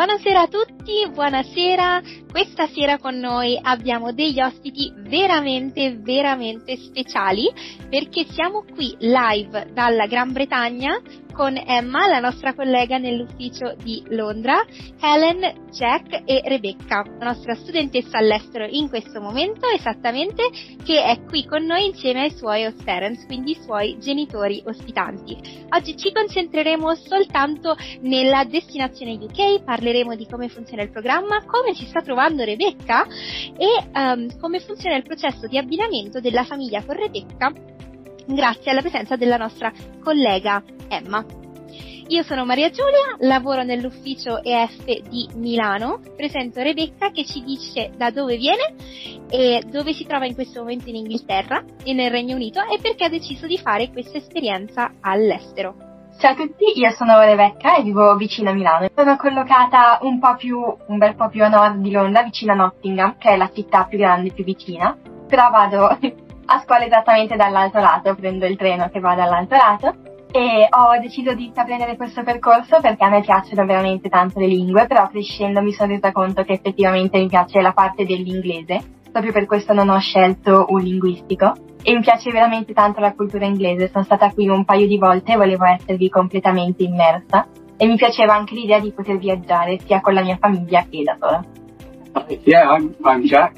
Buonasera a tutti, buonasera. Questa sera con noi abbiamo degli ospiti veramente speciali perché siamo qui live dalla Gran Bretagna con Emma, la nostra collega nell'ufficio di Londra, Helen, Jack e Rebecca, la nostra studentessa all'estero in questo momento esattamente, che è qui con noi insieme ai suoi host parents, quindi i suoi genitori ospitanti. Oggi ci concentreremo soltanto nella destinazione UK, parleremo di come funziona il programma, come si sta trovando Rebecca e come funziona il processo di abbinamento della famiglia con Rebecca grazie alla presenza della nostra collega Emma. Io sono Maria Giulia, lavoro nell'ufficio EF di Milano, presento Rebecca che ci dice da dove viene e dove si trova in questo momento in Inghilterra e nel Regno Unito e perché ha deciso di fare questa esperienza all'estero. Ciao a tutti, io sono Rebecca e vivo vicino a Milano. Sono collocata un bel po' più a nord di Londra, vicino a Nottingham, che è la città più grande e più vicina, però vado a scuola esattamente dall'altro lato, prendo il treno che va dall'altro lato e ho deciso di intraprendere questo percorso perché a me piacciono veramente tanto le lingue, però crescendo mi sono resa conto che effettivamente mi piace la parte dell'inglese, proprio per questo non ho scelto un linguistico e mi piace veramente tanto la cultura inglese, sono stata qui un paio di volte e volevo esservi completamente immersa e mi piaceva anche l'idea di poter viaggiare sia con la mia famiglia che da sola. Yeah, I'm Jack.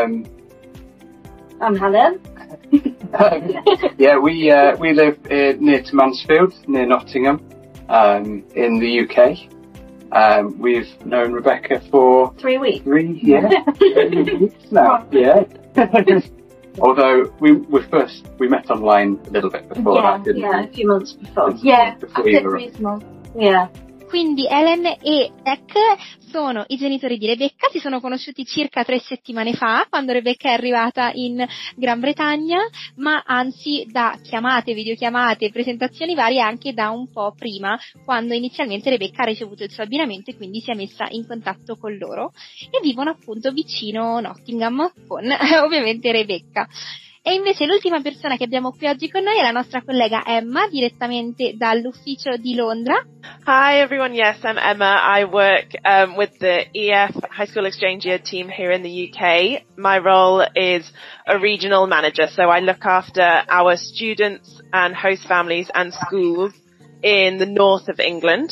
I'm Helen. Yeah, we live near to Mansfield, near Nottingham, in the UK. We've known Rebecca for 3 weeks. 3 weeks now. Yeah. Although we met online a little bit before that, didn't we? Yeah, a few months before. Before you were... Christmas. Yeah. Quindi Helen e Jack sono i genitori di Rebecca, si sono conosciuti circa 3 settimane fa, quando Rebecca è arrivata in Gran Bretagna, ma anzi da chiamate, videochiamate, presentazioni varie anche da un po' prima, quando inizialmente Rebecca ha ricevuto il suo abbinamento e quindi si è messa in contatto con loro e vivono appunto vicino Nottingham con ovviamente Rebecca. E invece l'ultima persona che abbiamo qui oggi con noi è la nostra collega Emma, direttamente dall'ufficio di Londra. Hi everyone, yes, I'm Emma. I work with the EF High School Exchange Year team here in the UK. My role is a regional manager, so I look after our students and host families and schools in the north of England.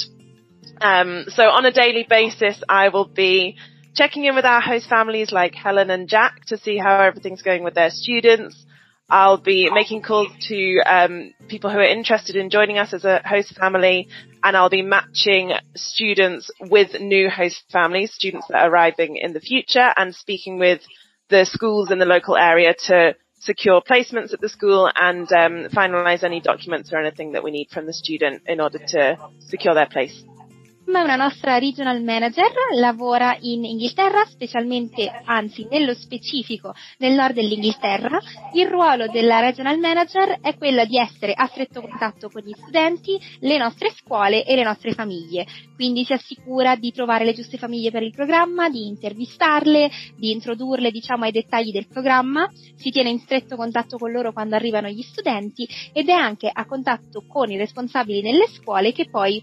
So on a daily basis, I will be checking in with our host families like Helen and Jack to see how everything's going with their students. I'll be making calls to people who are interested in joining us as a host family, and I'll be matching students with new host families, students that are arriving in the future, and speaking with the schools in the local area to secure placements at the school and finalize any documents or anything that we need from the student in order to secure their place. È una nostra regional manager, lavora in Inghilterra, specialmente, anzi nello specifico nel nord dell'Inghilterra. Il ruolo della regional manager è quello di essere a stretto contatto con gli studenti, le nostre scuole e le nostre famiglie, quindi si assicura di trovare le giuste famiglie per il programma, di intervistarle, di introdurle ai dettagli del programma, si tiene in stretto contatto con loro quando arrivano gli studenti ed è anche a contatto con i responsabili nelle scuole che poi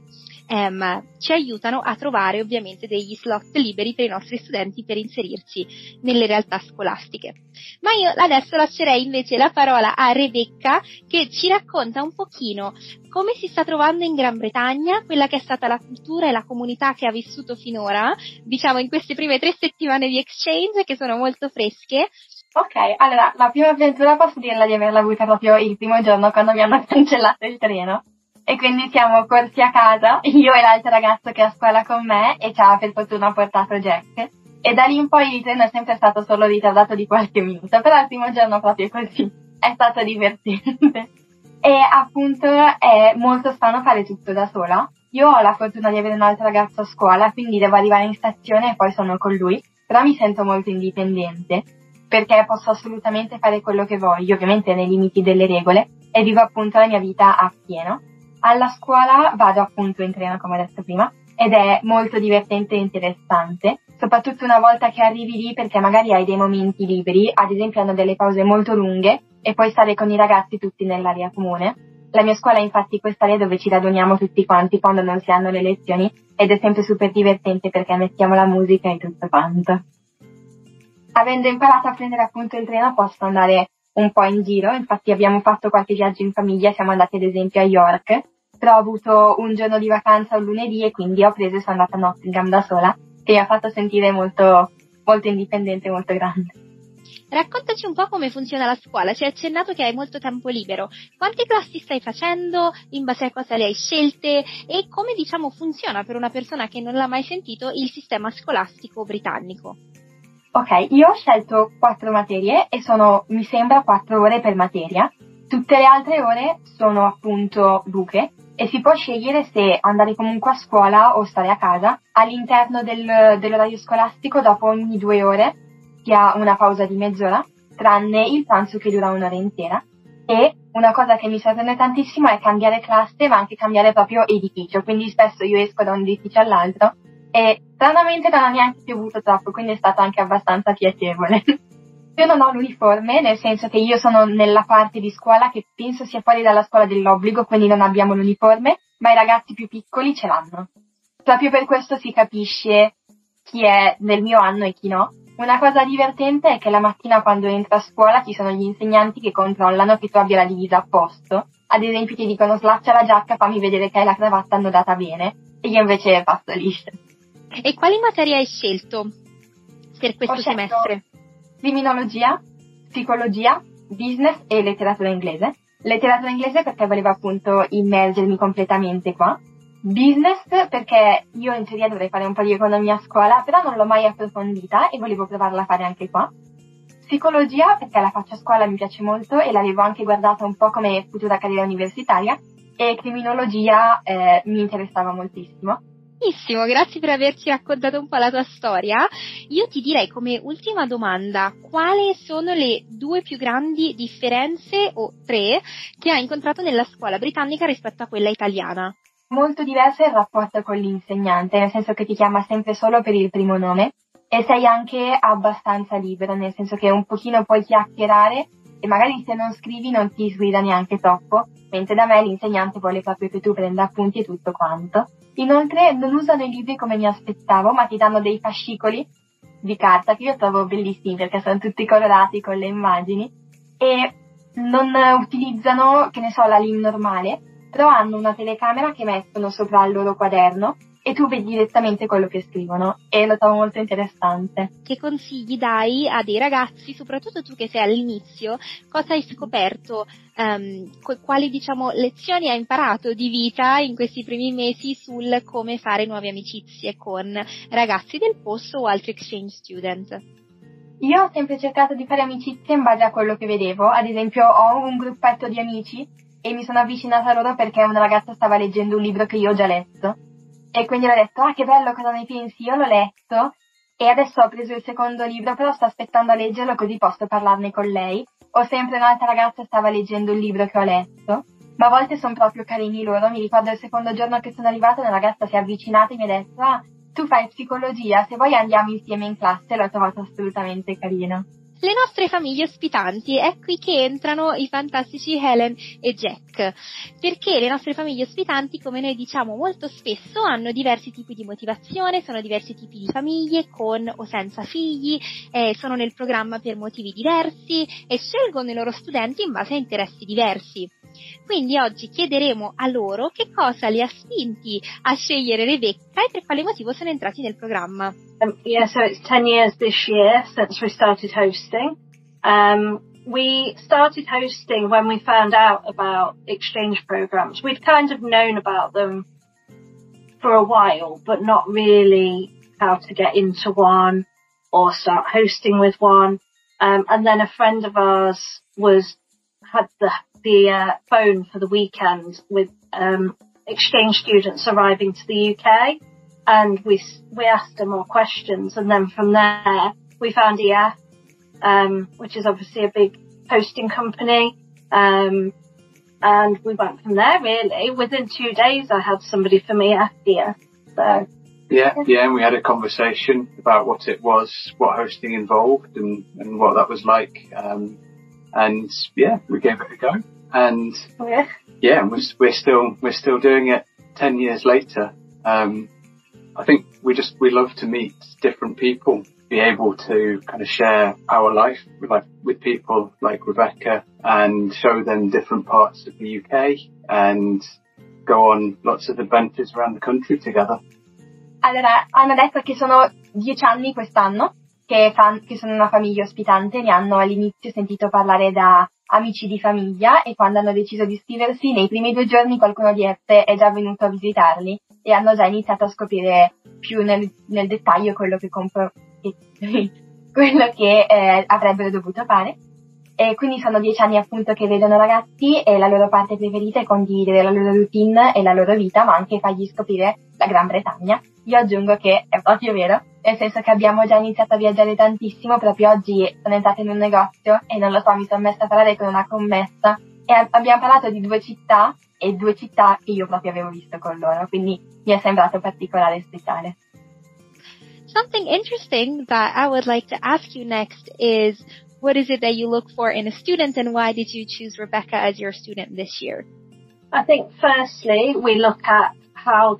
ci aiutano a trovare ovviamente degli slot liberi per i nostri studenti per inserirci nelle realtà scolastiche. Ma io adesso lascerei invece la parola a Rebecca che ci racconta un pochino come si sta trovando in Gran Bretagna, quella che è stata la cultura e la comunità che ha vissuto finora, in queste prime 3 settimane di exchange che sono molto fresche. Ok, allora la prima avventura posso dirla di averla avuta proprio il primo giorno quando mi hanno cancellato il treno. E quindi siamo corsi a casa, io e l'altro ragazzo che è a scuola con me e ci ha per fortuna portato Jack. E da lì in poi il treno è sempre stato solo ritardato di qualche minuto, però il primo giorno proprio così, è stato divertente. E appunto è molto strano fare tutto da sola. Io ho la fortuna di avere un altro ragazzo a scuola, quindi devo arrivare in stazione e poi sono con lui, però mi sento molto indipendente, perché posso assolutamente fare quello che voglio, ovviamente nei limiti delle regole, e vivo appunto la mia vita a pieno. Alla scuola vado appunto in treno, come ho detto prima, ed è molto divertente e interessante, soprattutto una volta che arrivi lì perché magari hai dei momenti liberi, ad esempio hanno delle pause molto lunghe e puoi stare con i ragazzi tutti nell'area comune. La mia scuola è infatti quest'area dove ci raduniamo tutti quanti quando non si hanno le lezioni ed è sempre super divertente perché mettiamo la musica e tutto quanto. Avendo imparato a prendere appunto il treno posso andare un po' in giro, infatti abbiamo fatto qualche viaggio in famiglia, siamo andati ad esempio a York, però ho avuto un giorno di vacanza un lunedì e quindi ho preso e sono andata a Nottingham da sola, che mi ha fatto sentire molto, molto indipendente e molto grande. Raccontaci un po' come funziona la scuola, ci hai accennato che hai molto tempo libero, quante classi stai facendo, in base a cosa le hai scelte e come diciamo funziona per una persona che non l'ha mai sentito il sistema scolastico britannico? Ok, io ho scelto 4 materie e sono, mi sembra, 4 ore per materia. Tutte le altre ore sono appunto buche e si può scegliere se andare comunque a scuola o stare a casa. All'interno dell'orario scolastico, dopo ogni 2 ore, si ha una pausa di mezz'ora, tranne il pranzo che dura un'ora intera. E una cosa che mi sorprende tantissimo è cambiare classe, ma anche cambiare proprio edificio. Quindi spesso io esco da un edificio all'altro e stranamente non ho neanche piovuto troppo, quindi è stato anche abbastanza piacevole. Io non ho l'uniforme, nel senso che io sono nella parte di scuola che penso sia fuori dalla scuola dell'obbligo, quindi non abbiamo l'uniforme, ma i ragazzi più piccoli ce l'hanno. Proprio per questo si capisce chi è nel mio anno e chi no. Una cosa divertente è che la mattina quando entro a scuola ci sono gli insegnanti che controllano che tu abbia la divisa a posto. Ad esempio ti dicono slaccia la giacca, fammi vedere che hai la cravatta annodata bene, e io invece passo liscia. E quali materie hai scelto per questo semestre? Criminologia, psicologia, business e letteratura inglese. Letteratura inglese perché volevo appunto immergermi completamente qua. Business perché io in teoria dovrei fare un po' di economia a scuola, però non l'ho mai approfondita e volevo provarla a fare anche qua. Psicologia perché la faccio a scuola, mi piace molto e l'avevo anche guardata un po' come futura carriera universitaria. E criminologia mi interessava moltissimo. Benissimo, grazie per averci raccontato un po' la tua storia. Io ti direi come ultima domanda, quali sono le 2 più grandi differenze, o 3, che hai incontrato nella scuola britannica rispetto a quella italiana? Molto diverso è il rapporto con l'insegnante, nel senso che ti chiama sempre solo per il primo nome e sei anche abbastanza libero, nel senso che un pochino puoi chiacchierare e magari se non scrivi non ti sgrida neanche troppo, mentre da me l'insegnante vuole proprio che tu prenda appunti e tutto quanto. Inoltre non usano i libri come mi aspettavo, ma ti danno dei fascicoli di carta che io trovo bellissimi perché sono tutti colorati con le immagini e non utilizzano, che ne so, la LIM normale, però hanno una telecamera che mettono sopra il loro quaderno e tu vedi direttamente quello che scrivono e lo trovo molto interessante. Che consigli dai a dei ragazzi, soprattutto tu che sei all'inizio, cosa hai scoperto, quali diciamo lezioni hai imparato di vita in questi primi mesi sul come fare nuove amicizie con ragazzi del posto o altri exchange student? Io ho sempre cercato di fare amicizie in base a quello che vedevo, ad esempio ho un gruppetto di amici e mi sono avvicinata a loro perché una ragazza stava leggendo un libro che io ho già letto. E quindi ho detto, che bello, cosa ne pensi? Io l'ho letto e adesso ho preso il secondo libro, però sto aspettando a leggerlo così posso parlarne con lei. O sempre un'altra ragazza stava leggendo il libro che ho letto, ma a volte sono proprio carini loro. Mi ricordo il secondo giorno che sono arrivata, una ragazza si è avvicinata e mi ha detto, tu fai psicologia, se vuoi andiamo insieme in classe, l'ho trovato assolutamente carino. Le nostre famiglie ospitanti, è qui che entrano i fantastici Helen e Jack, perché le nostre famiglie ospitanti, come noi diciamo molto spesso, hanno diversi tipi di motivazione, sono diversi tipi di famiglie, con o senza figli, sono nel programma per motivi diversi e scelgono i loro studenti in base a interessi diversi. Quindi oggi chiederemo a loro che cosa li ha spinti a scegliere Rebecca e per quale motivo sono entrati nel programma. So it's 10 years this year since we started hosting. We started hosting when we found out about exchange programs. We'd kind of known about them for a while, but not really how to get into one or start hosting with one. And then a friend of ours had the phone for the weekend with exchange students arriving to the UK, and we asked her more questions, and then from there we found EF, which is obviously a big hosting company, and we went from there really. Within 2 days I had somebody from EF here. So Yeah, and we had a conversation about what it was, what hosting involved and what that was like. And yeah, we gave it a go. And we're still doing it 10 years later. I think we love to meet different people, be able to kind of share our life with people like Rebecca and show them different parts of the UK and go on lots of adventures around the country together. Allora, hanno detto che sono 10 anni quest'anno che sono una famiglia ospitante, ne hanno all'inizio sentito parlare da amici di famiglia e quando hanno deciso di iscriversi, nei primi 2 giorni qualcuno di esse è già venuto a visitarli e hanno già iniziato a scoprire più nel dettaglio quello che avrebbero dovuto fare. E quindi sono 10 anni appunto che vedono ragazzi e la loro parte preferita è condividere la loro routine e la loro vita, ma anche fargli scoprire la Gran Bretagna. Io aggiungo che è proprio vero, nel senso che abbiamo già iniziato a viaggiare tantissimo. Proprio oggi sono entrata in un negozio e non lo so, mi sono messa a parlare con una commessa e abbiamo parlato di 2 città e 2 città che io proprio avevo visto con loro, quindi mi è sembrato particolare e speciale. Something interesting that I would like to ask you next is, what is it that you look for in a student and why did you choose Rebecca as your student this year? I think firstly, we look at how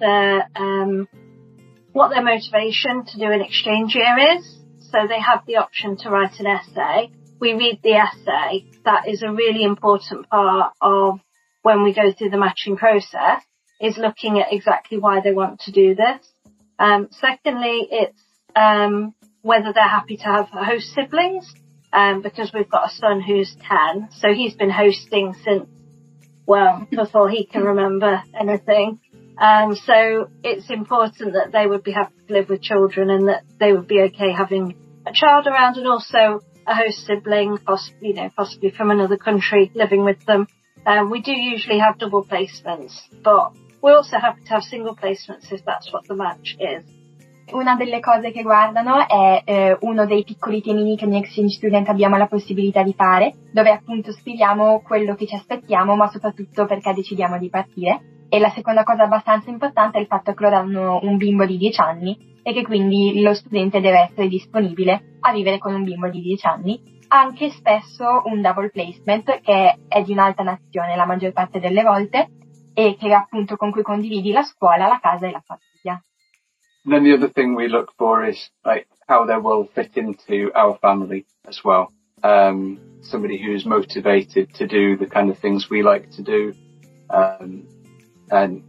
what their motivation to do an exchange year is. So they have the option to write an essay. We read the essay. That is a really important part of when we go through the matching process, is looking at exactly why they want to do this. Secondly, it's whether they're happy to have host siblings, because we've got a son who's 10, so he's been hosting since, well, before he can remember anything. So it's important that they would be happy to live with children and that they would be okay having a child around and also a host sibling, possibly from another country living with them. We do usually have double placements, but we're also happy to have single placements if that's what the match is. Una delle cose che guardano è uno dei piccoli temini che noi exchange student abbiamo la possibilità di fare, dove appunto scriviamo quello che ci aspettiamo, ma soprattutto perché decidiamo di partire. E la seconda cosa abbastanza importante è il fatto che loro hanno un bimbo di 10 anni e che quindi lo studente deve essere disponibile a vivere con un bimbo di 10 anni. Anche spesso un double placement che è di un'altra nazione la maggior parte delle volte e che appunto con cui condividi la scuola, la casa e la famiglia. Then the other thing we look for is like how they will fit into our family as well. Somebody who's motivated to do the kind of things we like to do, and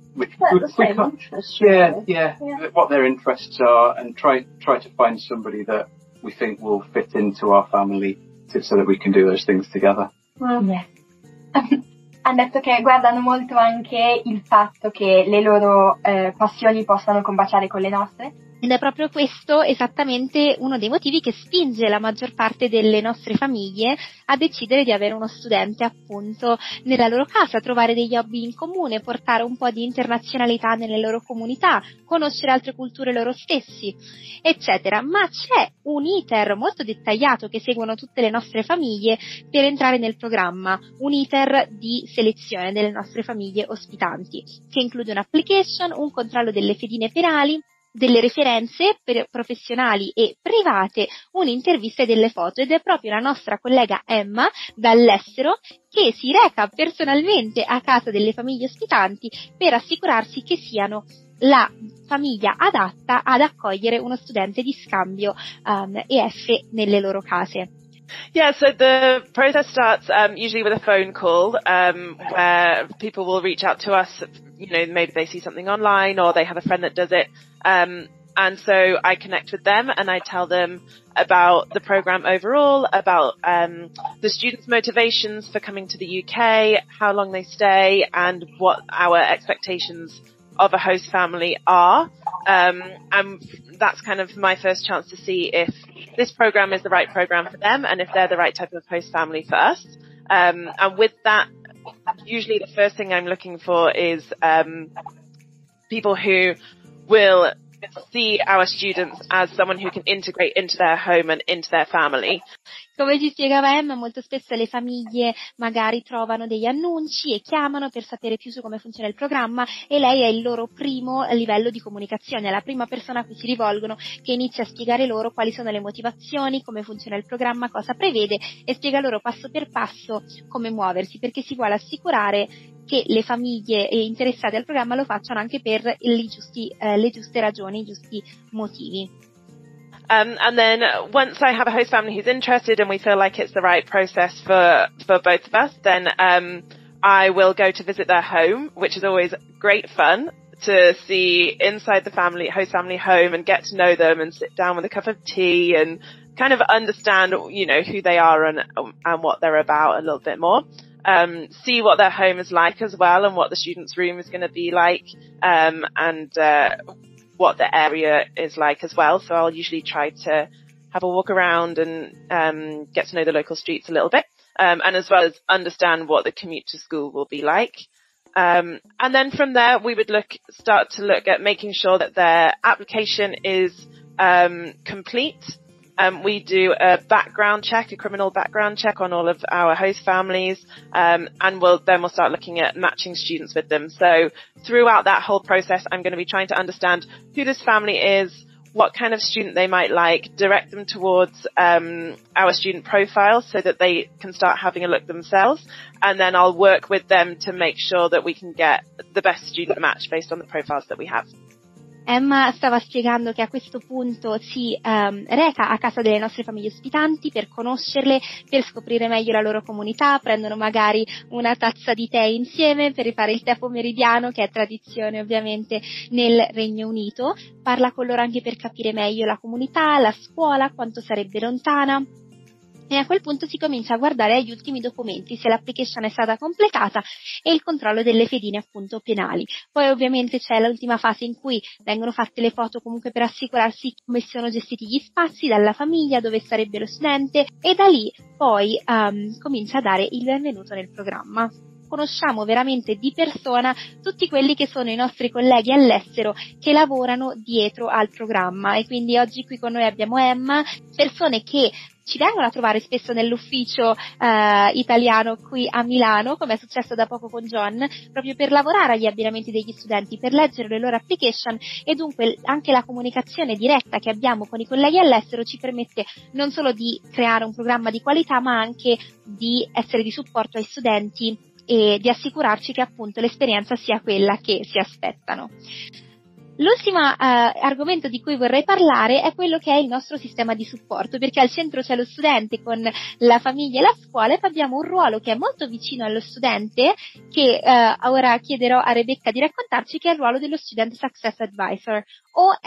what their interests are, and try to find somebody that we think will fit into our family so that we can do those things together. Yes. Hanno detto che guardano molto anche il fatto che le loro passioni possano combaciare con le nostre. Ed è proprio questo esattamente uno dei motivi che spinge la maggior parte delle nostre famiglie a decidere di avere uno studente appunto nella loro casa, trovare degli hobby in comune, portare un po' di internazionalità nelle loro comunità, conoscere altre culture loro stessi, eccetera. Ma c'è un iter molto dettagliato che seguono tutte le nostre famiglie per entrare nel programma, un iter di selezione delle nostre famiglie ospitanti, che include un'application, un controllo delle fedine penali, delle referenze professionali e private, un'intervista e delle foto, ed è proprio la nostra collega Emma dall'estero che si reca personalmente a casa delle famiglie ospitanti per assicurarsi che siano la famiglia adatta ad accogliere uno studente di scambio EF nelle loro case. Yeah, so the process starts usually with a phone call where people will reach out to us, maybe they see something online or they have a friend that does it, and so I connect with them and I tell them about the program overall, about the students' motivations for coming to the UK, how long they stay, and what our expectations of a host family are. And that's kind of my first chance to see if this program is the right program for them and if they're the right type of host family for us. And with that, usually the first thing I'm looking for is people who will see our students as someone who can integrate into their home and into their family. Come ci spiegava Emma, molto spesso le famiglie magari trovano degli annunci e chiamano per sapere più su come funziona il programma, e lei è il loro primo livello di comunicazione, è la prima persona a cui si rivolgono, che inizia a spiegare loro quali sono le motivazioni, come funziona il programma, cosa prevede, e spiega loro passo per passo come muoversi, perché si vuole assicurare che le famiglie interessate al programma lo facciano anche per le giuste ragioni, i giusti motivi. And then once I have a host family who's interested and we feel like it's the right process for both of us, then I will go to visit their home, which is always great fun to see inside the host family home and get to know them and sit down with a cup of tea and kind of understand, you know, who they are and what they're about a little bit more. See what their home is like as well and what the student's room is going to be like, and what the area is like as well. So I'll usually try to have a walk around and get to know the local streets a little bit, and as well as understand what the commute to school will be like. And then from there we would start to look at making sure that their application is complete. We do a criminal background check on all of our host families, and we'll start looking at matching students with them. So throughout that whole process, I'm going to be trying to understand who this family is, what kind of student they might like, direct them towards our student profile so that they can start having a look themselves, and then I'll work with them to make sure that we can get the best student match based on the profiles that we have. Emma stava spiegando che a questo punto si reca a casa delle nostre famiglie ospitanti per conoscerle, per scoprire meglio la loro comunità, prendono magari una tazza di tè insieme per rifare il tè pomeridiano, che è tradizione ovviamente nel Regno Unito, parla con loro anche per capire meglio la comunità, la scuola, quanto sarebbe lontana. E a quel punto si comincia a guardare agli ultimi documenti, se l'application è stata completata, e il controllo delle fedine appunto penali. Poi ovviamente c'è l'ultima fase in cui vengono fatte le foto comunque per assicurarsi come sono gestiti gli spazi dalla famiglia, dove sarebbe lo studente, e da lì poi comincia a dare il benvenuto nel programma. Conosciamo veramente di persona tutti quelli che sono i nostri colleghi all'estero che lavorano dietro al programma, e quindi oggi qui con noi abbiamo Emma, persone che ci vengono a trovare spesso nell'ufficio italiano qui a Milano, come è successo da poco con John, proprio per lavorare agli abbinamenti degli studenti, per leggere le loro application, e dunque anche la comunicazione diretta che abbiamo con i colleghi all'estero ci permette non solo di creare un programma di qualità, ma anche di essere di supporto ai studenti e di assicurarci che appunto l'esperienza sia quella che si aspettano. L'ultimo argomento di cui vorrei parlare è quello che è il nostro sistema di supporto, perché al centro c'è lo studente con la famiglia e la scuola, e poi abbiamo un ruolo che è molto vicino allo studente, che ora chiederò a Rebecca di raccontarci, che è il ruolo dello Student Success Advisor, o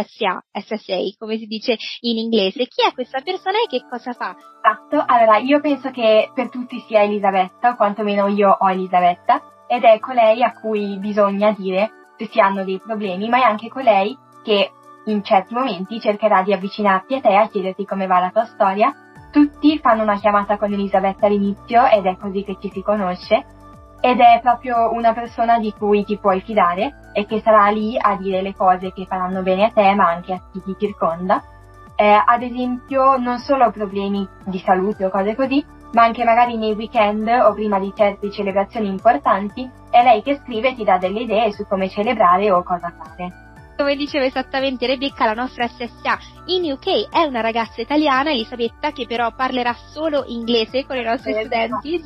SSA, come si dice in inglese. Chi è questa persona e che cosa fa? Esatto, allora io penso che per tutti sia Elisabetta, o quantomeno io ho Elisabetta, ed è colei a cui bisogna dire se si hanno dei problemi, ma è anche colei che in certi momenti cercherà di avvicinarti a te, a chiederti come va la tua storia. Tutti fanno una chiamata con Elisabetta all'inizio, ed è così che ci si conosce, ed è proprio una persona di cui ti puoi fidare e che sarà lì a dire le cose che faranno bene a te, ma anche a chi ti circonda. Ad esempio, non solo problemi di salute o cose così, ma anche magari nei weekend o prima di certe celebrazioni importanti, è lei che scrive e ti dà delle idee su come celebrare o cosa fare. Come diceva esattamente Rebecca, la nostra SSA in UK è una ragazza italiana, Elisabetta, che però parlerà solo inglese con i nostri studenti.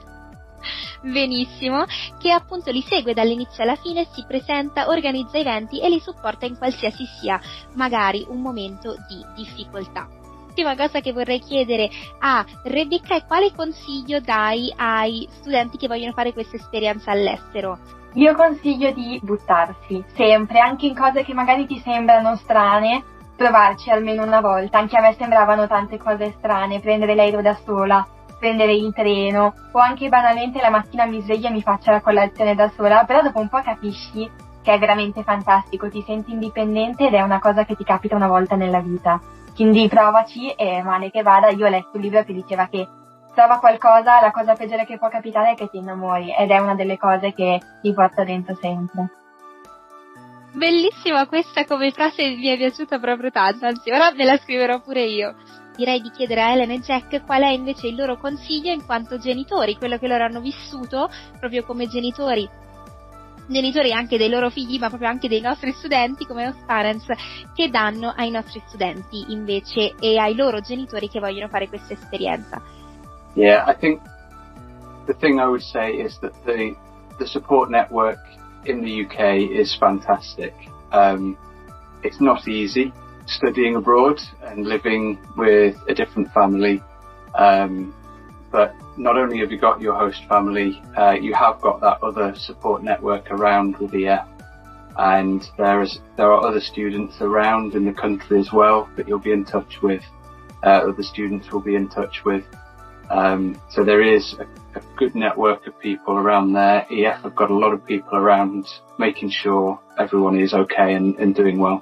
Benissimo, che appunto li segue dall'inizio alla fine, si presenta, organizza eventi e li supporta in qualsiasi sia magari un momento di difficoltà. L'ultima cosa che vorrei chiedere a Rebecca è: quale consiglio dai ai studenti che vogliono fare questa esperienza all'estero? Io consiglio di buttarsi, sempre, anche in cose che magari ti sembrano strane, provarci almeno una volta. Anche a me sembravano tante cose strane, prendere l'aereo da sola, prendere il treno, o anche banalmente la mattina mi sveglio e mi faccio la colazione da sola, però dopo un po' capisci che è veramente fantastico, ti senti indipendente ed è una cosa che ti capita una volta nella vita. Quindi provaci, e male che vada. Io ho letto un libro che diceva che prova qualcosa, la cosa peggiore che può capitare è che ti innamori, ed è una delle cose che ti porta dentro sempre. Bellissima questa come frase, mi è piaciuta proprio tanto, anzi ora me la scriverò pure io. Direi di chiedere a Helen e Jack qual è invece il loro consiglio in quanto genitori, quello che loro hanno vissuto proprio come genitori anche dei loro figli, ma proprio anche dei nostri studenti come host parents, che danno ai nostri studenti invece e ai loro genitori che vogliono fare questa esperienza. Yeah, I think the thing I would say is that the support network in the UK is fantastic. It's not easy studying abroad and living with a different family, but not only have you got your host family, you have got that other support network around with EF, and there are other students around in the country as well that you'll be in touch with, other students will be in touch with, so there is a good network of people around there. EF have got a lot of people around making sure everyone is okay and doing well.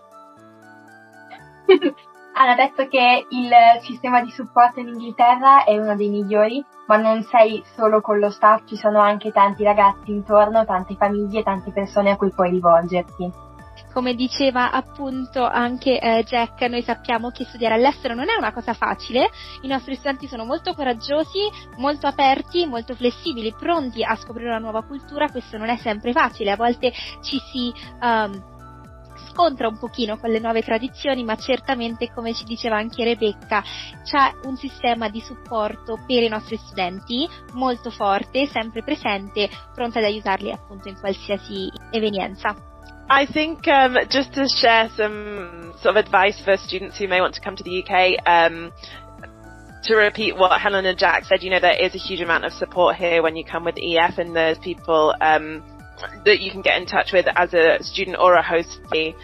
Hanno detto che il sistema di supporto in Inghilterra è uno dei migliori, ma non sei solo con lo staff, ci sono anche tanti ragazzi intorno, tante famiglie, tante persone a cui puoi rivolgerti. Come diceva appunto anche Jack, noi sappiamo che studiare all'estero non è una cosa facile, i nostri studenti sono molto coraggiosi, molto aperti, molto flessibili, pronti a scoprire una nuova cultura, questo non è sempre facile, a volte ci si scontra un pochino con le nuove tradizioni, ma certamente, come ci diceva anche Rebecca, c'è un sistema di supporto per i nostri studenti molto forte, sempre presente, pronto ad aiutarli appunto in qualsiasi evenienza. I think just to share some sort of advice for students who may want to come to the UK, to repeat what Helen and Jack said, there is a huge amount of support here when you come with EF, and there's people that you can get in touch with as a student or a host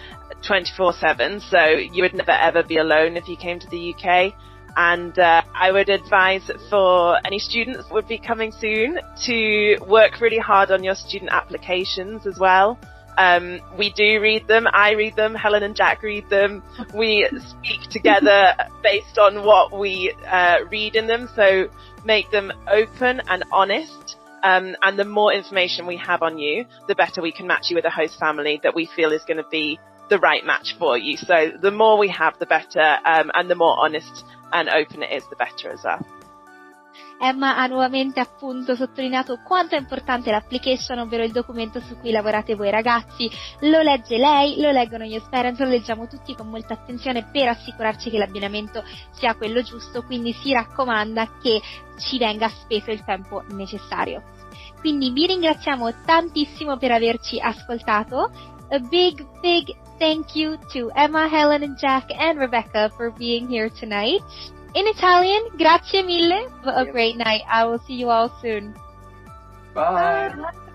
24/7, so you would never ever be alone if you came to the UK. And I would advise for any students that would be coming soon to work really hard on your student applications as well. We do read them, I read them, Helen and Jack read them, we speak together based on what we read in them, so make them open and honest. And the more information we have on you, the better we can match you with a host family that we feel is going to be the right match for you. So the more we have, the better, and the more honest and open it is, the better as well. Emma ha nuovamente appunto sottolineato quanto è importante l'application, ovvero il documento su cui lavorate voi ragazzi. Lo legge lei, lo leggono gli host parents, lo leggiamo tutti con molta attenzione per assicurarci che l'abbinamento sia quello giusto, quindi si raccomanda che ci venga speso il tempo necessario. Quindi vi ringraziamo tantissimo per averci ascoltato. A big thank you to Emma, Helen and Jack and Rebecca for being here tonight. In Italian, grazie mille. Have a great night. I will see you all soon. Bye. Bye.